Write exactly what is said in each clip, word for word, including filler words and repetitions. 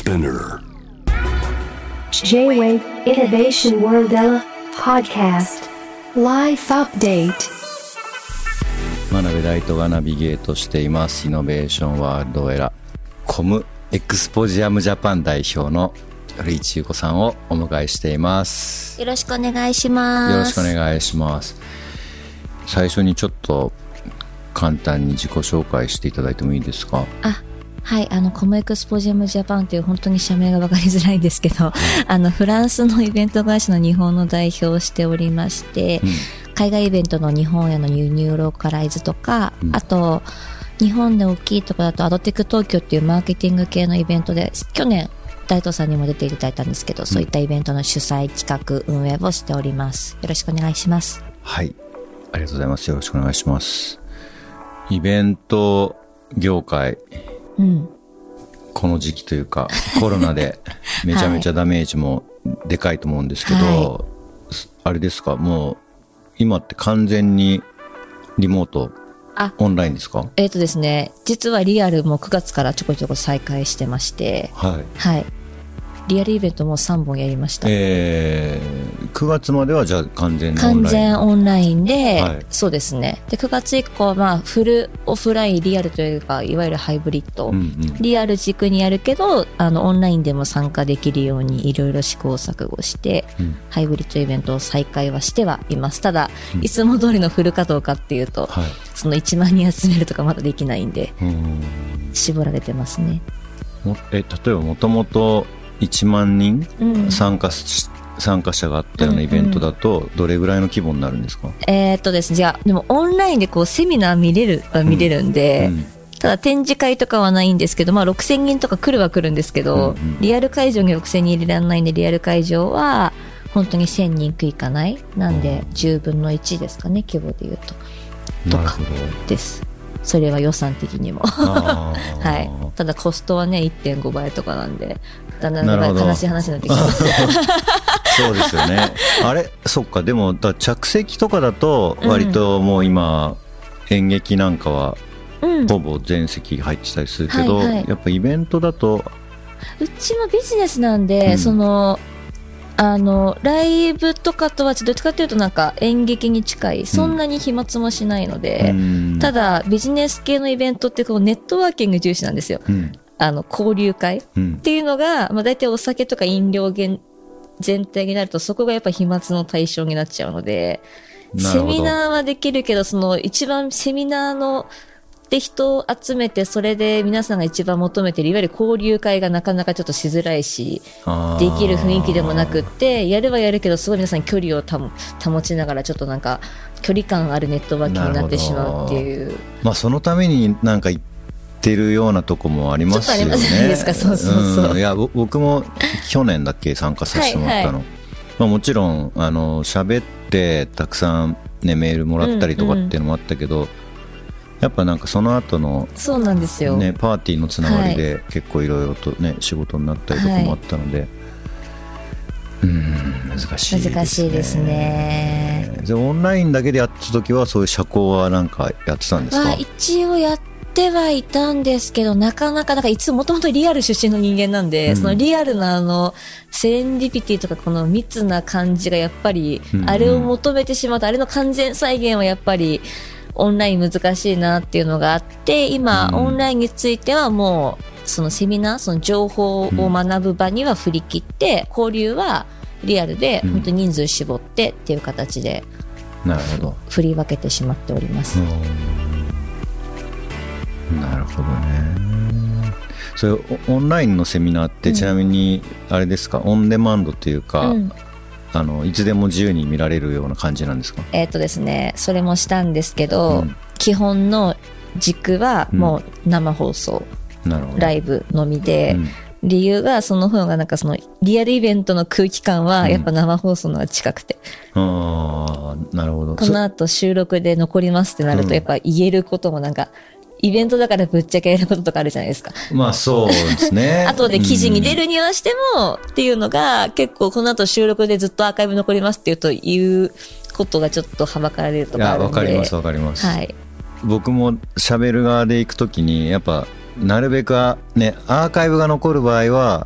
Spinner J-Wave Innovation World Ella Podcast Life Update 真鍋大斗がナビゲートしていますイノベーションワールドエラコムエクスポジアムジャパン代表の古市優子さんをお迎えしています。 よろしくお願いします。 よろしくお願いします。最初にちょっと簡単に自己紹介していただいてもいいですか？ あはい、あのコムエクスポジアムジャパンという本当に社名が分かりづらいんですけど、あのフランスのイベント会社の日本の代表をしておりまして、うん、海外イベントの日本への輸入ローカライズとか、うん、あと日本で大きいところだとアドテック東京っていうマーケティング系のイベントで去年大東さんにも出ていただいたんですけど、そういったイベントの主催企画運営をしております。よろしくお願いします。 はい、ありがとうございます。よろしくお願いします。イベント業界、うん、この時期というかコロナでめちゃめちゃダメージもでかいと思うんですけど、はい、あれですか、もう今って完全にリモートあオンラインですか？ えーとですね、実はリアルもくがつからちょこちょこ再開してまして、はい、はい、リアルイベントもさんぼんやりました。 えー、くがつまではじゃあ完全オンライン？ 完全オンラインで、はい、そうですね。でくがつ以降はまあフルオフラインリアルというかいわゆるハイブリッド、うんうん、リアル軸にやるけどあのオンラインでも参加できるようにいろいろ試行錯誤して、うん、ハイブリッドイベントを再開はしてはいます。ただ、うん、いつも通りのフルかどうかっていうと、はい、そのいちまんにん集めるとかまだできないんで、うん、絞られてますね。 え例えばもともといちまんにん参加し、うん、参加者があったようなイベントだとどれぐらいの規模になるんですか？うんうん、 えー、っとですね、じゃあでもオンラインでこうセミナー見れるは見れるんで、うんうん、ただ展示会とかはないんですけど、まあ、ろくせんにんとか来るは来るんですけど、うんうん、リアル会場にろくせんにん入れられないんでリアル会場は本当にせんにんいかないなんでじゅうぶんのいちですかね、規模でいうととかです。それは予算的にもはい、ただコストはね いってんごばいとかなんでだんだん悲しい話になってきますそうですよね。あれそっか、でもだ着席とかだと割ともう今、うん、演劇なんかはほぼ全席入ってたりするけど、うんはいはい、やっぱイベントだとうちもビジネスなんで、うん、そのあのライブとかとはどっちかというとなんか演劇に近い、そんなに飛沫もしないので、うん、ただビジネス系のイベントってこうネットワーキング重視なんですよ、うん、あの交流会っていうのが、うんまあ、大体お酒とか飲料全体になるとそこがやっぱ飛沫の対象になっちゃうので、セミナーはできるけどその一番セミナーので人を集めてそれで皆さんが一番求めているいわゆる交流会がなかなかちょっとしづらいしできる雰囲気でもなくってやるはやるけどすごい皆さん距離を保ちながらちょっとなんか距離感あるネットワーキングになってしまうっていう、 まあ、そのためになんか言ってるようなとこもありますよね。ちょっとありますねですか。そうそうそう、うん、いや僕も去年だっけ参加させてもらったの、はいはいまあ、もちろんあの喋ってたくさん、ね、メールもらったりとかっていうのもあったけど、うんうんやっぱなんかその後のそうなんですよ、 ね、パーティーのつながりで結構いろいろとね仕事になったりとかもあったので、はい、うん難しいですね。 難しいですね。 じゃあオンラインだけでやった時はそういう社交はなんかやってたんですか？ 一応やってはいたんですけどなかなかなんかいつももともとリアル出身の人間なんで、うん、そのリアルなあのセレンディピティとかこの密な感じがやっぱり、うんうん、あれを求めてしまうとあれの完全再現はやっぱりオンライン難しいなっていうのがあって今、うん、オンラインについてはもうそのセミナーその情報を学ぶ場には振り切って、うん、交流はリアルで本当に人数絞ってっていう形で振り分けてしまっております。 なるほどね。それオンラインのセミナーってちなみにあれですか、うん、オンデマンドというか、うんあのいつでも自由に見られるような感じなんですか？ えっとですね、それもしたんですけど、うん、基本の軸はもう生放送、うん、なるほどライブのみで、うん、理由がその方がなんかそのリアルイベントの空気感はやっぱ生放送のが近くて、うん、ああなるほど。 この後収録で残りますってなるとやっぱ言えることもなんか、イベントだからぶっちゃけやることとかあるじゃないですか。 まあそうですね。 後で記事に出るにはしても、うん、っていうのが結構この後収録でずっとアーカイブ残りますっていうということがちょっとはばかられるとかあるんで。いやわかりますわかります。 はい。 僕も喋る側で行くときにやっぱなるべくねアーカイブが残る場合は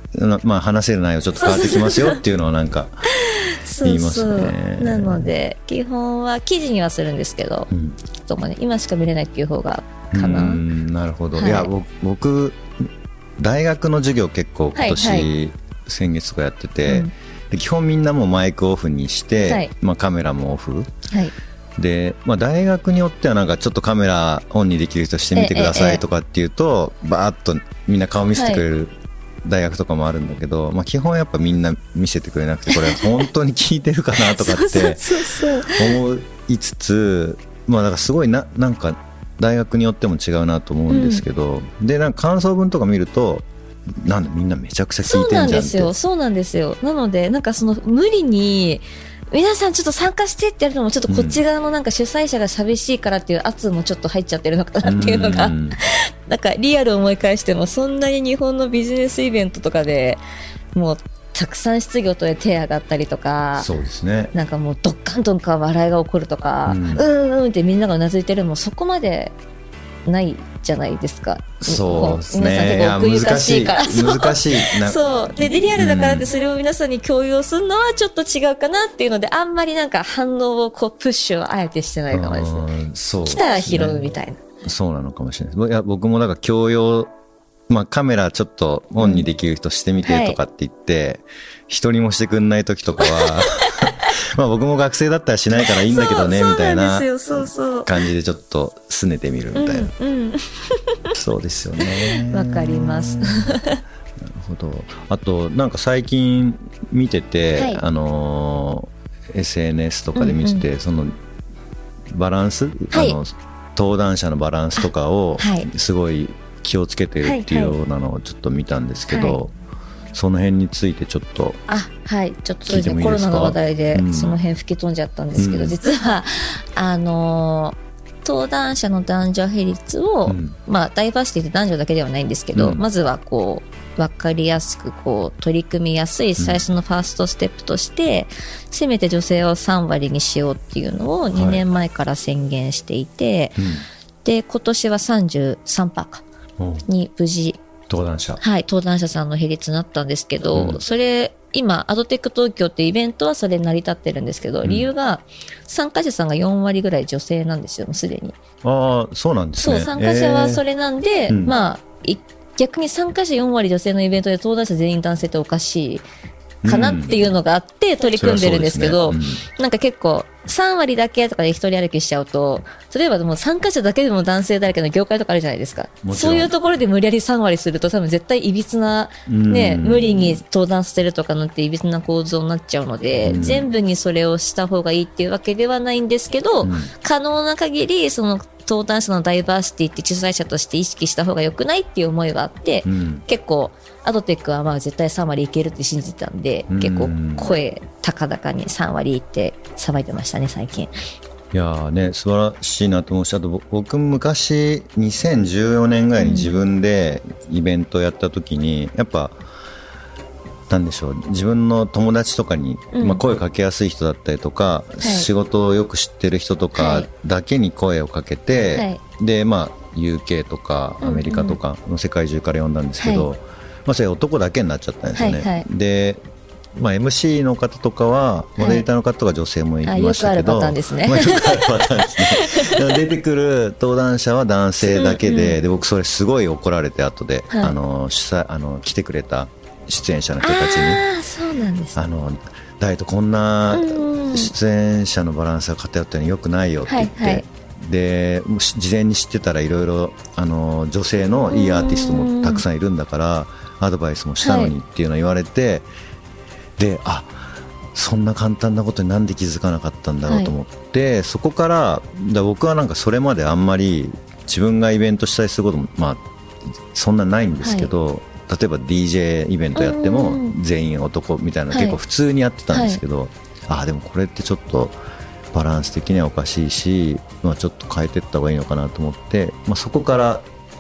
まあ、話せる内容ちょっと変わってきますよっていうのはなんか言いますね。 そうそうなので基本は記事にはするんですけど、うん、ともね、今しか見れないっていう方がかな。 うんなるほど、はい、いや僕大学の授業結構今年、はいはい、先月とかやってて、うん、で基本みんなもうマイクオフにして、はいまあ、カメラもオフ、はいでまあ、大学によってはなんかちょっとカメラオンにできる人してみてくださいとかっていうとバーッとみんな顔見せてくれる大学とかもあるんだけど、まあ、基本やっぱみんな見せてくれなくてこれ本当に聞いてるかなとかって思いつつまあだからすごいななんか大学によっても違うなと思うんですけど、うん、でなんか感想文とか見るとなんだみんなめちゃくちゃ聞いてんじゃんって。 そうなんですよそうなんですよ。なのでなんかその無理に皆さんちょっと参加してってやるのもちょっとこっち側のなんか主催者が寂しいからっていう圧もちょっと入っちゃってるのかなっていうのが、うん、なんかリアルを思い返してもそんなに日本のビジネスイベントとかでもうたくさん質疑応答で手上がったりとかそうですねなんかもうドッカンドンか笑いが起こるとか、うん、うんうんってみんながうなずいてるのもそこまでないじゃないですか。 そうですね。 皆さん結構奥ゆかしいから難しい難しいそうでリアルだからってそれを皆さんに共有するのはちょっと違うかなっていうのであんまりなんか反応をこうプッシュをあえてしてないかもですね。そうですね。来たら拾うみたいな。 そうなのかもしれない。いや僕もだから教養まあカメラちょっとオンにできる人してみてとかって言って、うんはい、一人もしてくんない時とかはまあ僕も学生だったらしないからいいんだけどねみたいな感じでちょっと拗ねてみるみたいな、うんうん、そうですよね。 わかりますなるほど。あとなんか最近見てて、はい、あの エスエヌエス とかで見てて、うんうん、そのバランス、はい、あの登壇者のバランスとかをすごい気をつけてるっていうようなのをちょっと見たんですけど、はいはいその辺についてちょっとあはいちょっとそうですねコロナの話題でその辺吹き飛んじゃったんですけど、うん、実はあの登壇者の男女比率を、うん、まあダイバーシティって男女だけではないんですけど、うん、まずはこう分かりやすくこう取り組みやすい最初のファーストステップとして、うん、せめて女性をさん割にしようっていうのをにねんまえから宣言していて、はい、で今年は さんじゅうさんパーセント かに無事登壇者はい登壇者さんの比率になったんですけど、うん、それ今アドテック東京っていうイベントはそれ成り立ってるんですけど、うん、理由が参加者さんがよん割ぐらい女性なんですよもうすでに。 ああそうなんですね。 そう参加者はそれなんで、えー、まあ逆に参加者よん割女性のイベントで登壇者全員男性っておかしいかなっていうのがあって取り組んでるんですけど、うんねうん、なんか結構さん割だけとかで一人歩きしちゃうと例えばもう参加者だけでも男性だらけの業界とかあるじゃないですか。そういうところで無理やりさん割すると多分絶対いびつな、ね、無理に登壇してるとかなっていびつな構造になっちゃうので全部にそれをした方がいいっていうわけではないんですけど、うん、可能な限りその登壇者のダイバーシティって主催者として意識した方が良くないっていう思いがあって、うん、結構アドテックはまあ絶対さん割いけるって信じてたんで、うん、結構声高々にさん割いって騒いでましたね最近。 いやーね素晴らしいなと思うしあと僕昔にせんじゅうよねんぐらいに自分でイベントやった時に、うん、やっぱなんでしょう自分の友達とかに、うんまあ、声かけやすい人だったりとか、はい、仕事をよく知ってる人とかだけに声をかけて、はい、でまあ ユーケー とかアメリカとかの世界中から呼んだんですけど、はいまあ、それ男だけになっちゃったんですよね、はいはい、でまあ、エムシー の方とかはモデレーターの方とか女性もいましたけど、 はい、よくあるパターンですね、 まあ、よくあるパターンですね出てくる登壇者は男性だけで、うんうん、で僕それすごい怒られて後で、はい、あの主催あの来てくれた出演者の人たちにあそうなんです、ね、 あのダイエットこんな出演者のバランスが偏ったのによくないよって言って、はいはい、で事前に知ってたらいろいろ女性のいいアーティストもたくさんいるんだからアドバイスもしたのにっていうのを言われて、はいであそんな簡単なことになんで気づかなかったんだろうと思って、はい、そこからだ僕はなんかそれまであんまり自分がイベントしたりすることも、まあ、そんなないんですけど、はい、例えば ディージェー イベントやっても全員男みたいなの結構普通にやってたんですけど、はい、あでもこれってちょっとバランス的にはおかしいし、まあ、ちょっと変えていった方がいいのかなと思って、まあ、そこから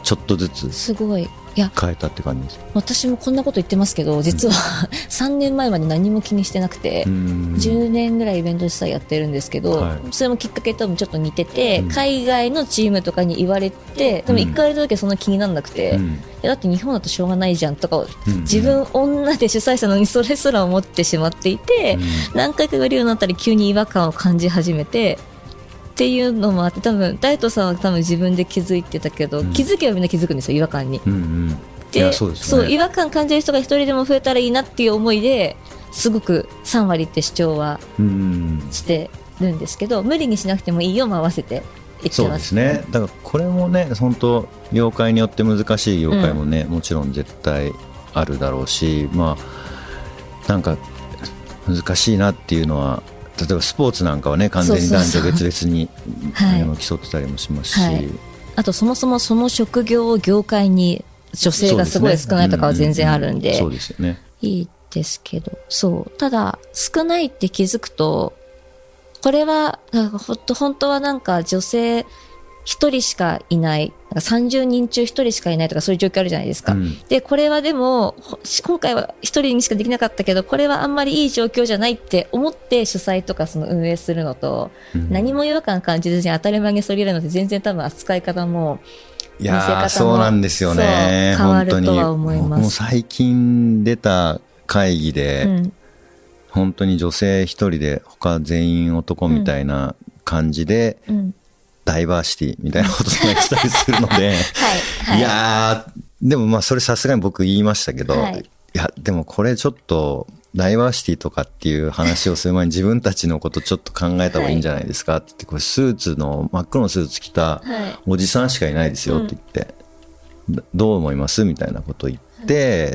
ちょっとずつすごい。いや変えたって感じです。 私もこんなこと言ってますけど、実は、うん、さんねんまえまで何も気にしてなくて、じゅうねんぐらいイベント主催やってるんですけど、はい、それもきっかけ多分ちょっと似てて、うん、海外のチームとかに言われて、でも一回やるときはそんな気にならなくて、うん、いやだって日本だとしょうがないじゃんとか、うん、自分女で主催者なのにそれすら思ってしまっていて、うん、何回か言われるようになったら急に違和感を感じ始めてっていうのもあって、多分大斗さんは多分自分で気づいてたけど、うん、気づけばみんな気づくんですよ、違和感に。うんうん、でそうですね、そう違和感感じる人が一人でも増えたらいいなっていう思いですごくさん割って主張はしてるんですけど、無理にしなくてもいいよも合わせて言ってます。 そうですね。だからこれもね、本当業界によって難しい業界もね、うん、もちろん絶対あるだろうし、まあなんか難しいなっていうのは、例えばスポーツなんかはね、完全に男女別々に競ってたりもしますし、はい、 あとそもそもその職業を業界に女性がすごい少ないとかは全然あるんで、 そうですよね。 いいですけど、そう。ただ、少ないって気づくと、これは、本当はなんか女性一人しかいない、なんかさんじゅうにん中一人しかいないとかそういう状況あるじゃないですか。うん、で、これはでも、今回は一人にしかできなかったけど、これはあんまりいい状況じゃないって思って主催とかその運営するのと、うん、何も違和感感じずに当たり前にそれ入れるのって全然多分扱い方も、 いやーそうなんですよね。 変わるとは思います。 本当にもう最近出た会議で、うん、本当に女性一人で他全員男みたいな感じで、うん、ダイバーシティみたいなことが言ったりするので、はいはい、いやーでもまあそれさすがに僕言いましたけど、はい、いやでもこれちょっとダイバーシティとかっていう話をする前に自分たちのことちょっと考えた方がいいんじゃないですかって言って、これスーツの真っ黒のスーツ着たおじさんしかいないですよって言って、どう思いますみたいなことを言って、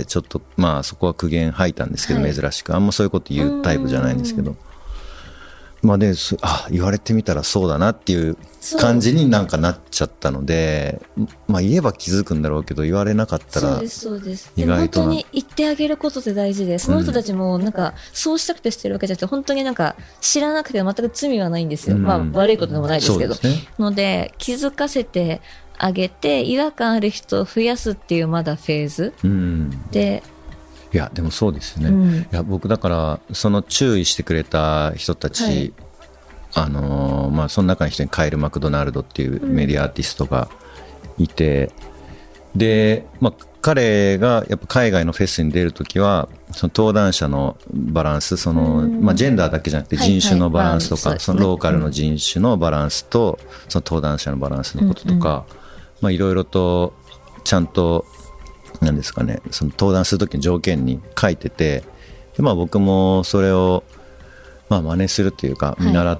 ちょっとまあそこは苦言吐いたんですけど、珍しくあんまそういうこと言うタイプじゃないんですけど、まあであ言われてみたらそうだなっていう感じになんかなっちゃったので、まあ言えば気づくんだろうけど言われなかったら、 そうですそうです。意外と本当に言ってあげることって大事で、その人たちもなんかそうしたくてしてるわけじゃなくて、本当になんか知らなくて全く罪はないんですよ。うん、まあ悪いことでもないですけど、そうですね、ので気づかせてあげて違和感ある人を増やすっていうまだフェーズ、うん、で。 いやでもそうですね、うん、いや僕だからその注意してくれた人たち、はい、あのーまあ、その中の人にカイル・マクドナルドっていうメディアアーティストがいて、うん、で、まあ、彼がやっぱ海外のフェスに出るときはその登壇者のバランス、その、まあ、ジェンダーだけじゃなくて人種のバランスとか、はいはい、そのローカルの人種のバランスとその登壇者のバランスのこととか、まあ、いろいろとちゃんとなんですかね、その登壇するときの条件に書いてて、で、まあ、僕もそれをまあ真似するというか見習って、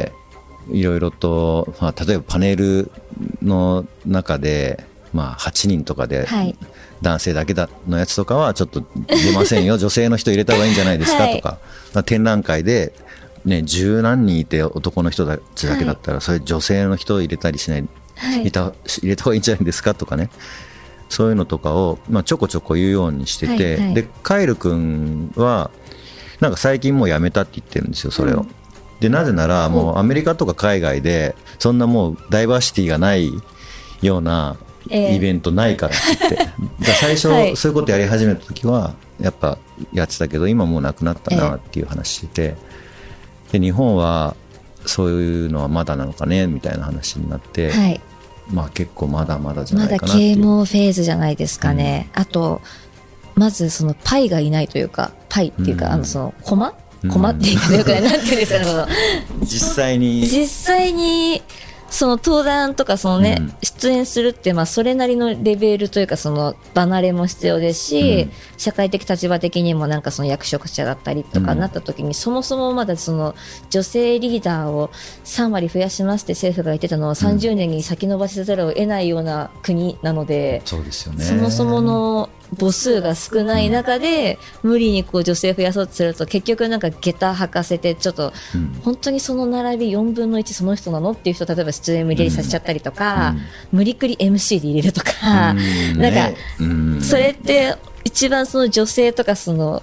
はい、いろいろと、まあ、例えばパネルの中で、まあ、はちにんとかで男性だけだのやつとかはちょっと出ませんよ女性の人入れた方がいいんじゃないですかとか、はい、まあ、展覧会で、ね、十何人いて男の人たちだけだったら、はい、それ女性の人を入れたりしない、はい、入れた、入れた方がいいんじゃないですかとかね、そういうのとかを、まあ、ちょこちょこ言うようにしてて、はいはい、でカイル君はなんか最近もうやめたって言ってるんですよそれを、うん、でなぜならもうアメリカとか海外でそんなもうダイバーシティがないようなイベントないからって言って、えー、だ最初そういうことやり始めた時はやっぱやってたけど今もうなくなったなっていう話してて、で日本はそういうのはまだなのかねみたいな話になって、はい、まあ結構まだまだじゃないかなっていう。 まだ啓蒙フェーズじゃないですかね、うん、あとまずそのパイがいないというか、パイっていうか、うん、あのそのコマコマっていうかよくない、なんていうんですかね、 実際に実際にその登壇とかそのね、うん、出演するってまあそれなりのレベルというかその離れも必要ですし、うん、社会的立場的にもなんかその役職者だったりとかなった時に、うん、そもそもまだその女性リーダーをさん割増やしますって政府が言ってたのをさんじゅうねんに先延ばしせざるを得ないような国なので、 そうですよね、 そもそもの母数が少ない中で無理にこう女性増やそうとすると結局なんか下駄履かせてちょっと本当にその並びよんぶんのいちその人なのっていう人例えば出演無理やりさせちゃったりとか、無理くり エムシー で入れるとか、なんかそれって一番その女性とかその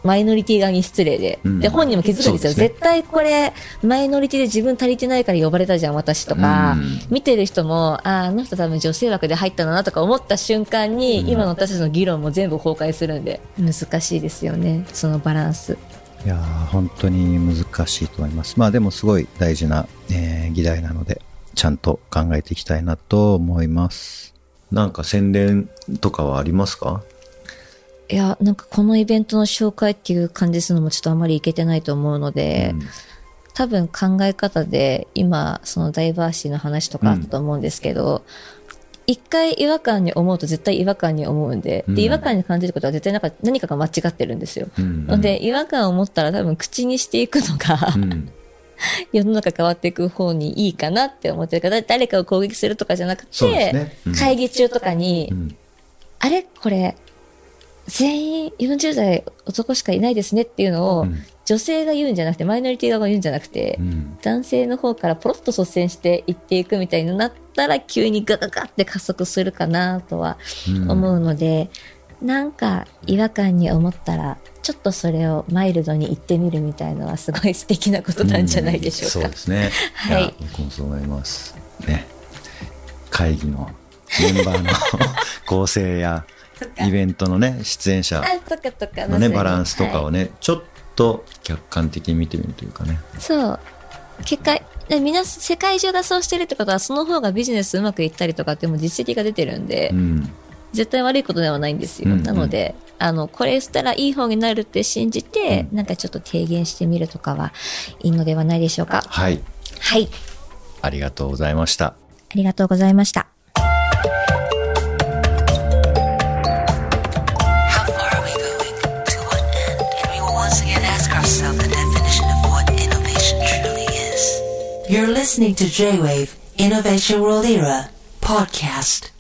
マイノリティ側に失礼で、うん、で本人も気づくんですよ、ね、絶対これマイノリティで自分足りてないから呼ばれたじゃん私とか、うん、見てる人もああの人多分女性枠で入ったんだなとか思った瞬間に、うん、今の私たちの議論も全部崩壊するんで難しいですよねそのバランス。 いや本当に難しいと思います。まあでもすごい大事な、えー、議題なのでちゃんと考えていきたいなと思います。なんか宣伝とかはありますか？ いやなんかこのイベントの紹介っていう感じするのもちょっとあまりいけてないと思うので、うん、多分考え方で今そのダイバーシティの話とかあったと思うんですけど、うん、一回違和感に思うと絶対違和感に思うんで、うん、で違和感に感じることは絶対なんか何かが間違ってるんですよ、うんうん、ので違和感を持ったら多分口にしていくのが、うん世の中変わっていく方にいいかなって思ってるから、誰かを攻撃するとかじゃなくて、ねうん、会議中とかに、うん、あれこれ全員よんじゅう代男しかいないですねっていうのを、うん、女性が言うんじゃなくてマイノリティ側が言うんじゃなくて、うん、男性の方からポロッと率先して言っていくみたいになったら急にガガガって加速するかなとは思うので、うん、なんか違和感に思ったらちょっとそれをマイルドに言ってみるみたいのはすごい素敵なことなんじゃないでしょうか、 うん、そうですね、はい、いや僕もそう思いますね。会議のメンバーの構成やイベントのね出演者のねバランスとかをね、はい、ちょっと客観的に見てみるというかね。 そう結果みんな世界中がそうしてるってことはその方がビジネスうまくいったりとかっても実績が出てるんで、うん絶対悪いことではないんですよ、うんうん、なのであのこれしたらいい方になるって信じて、うん、なんかちょっと提言してみるとかはいいのではないでしょうか。 はいはいありがとうございました。 ありがとうございました。 You're listening to J-Wave Innovation World Era Podcast.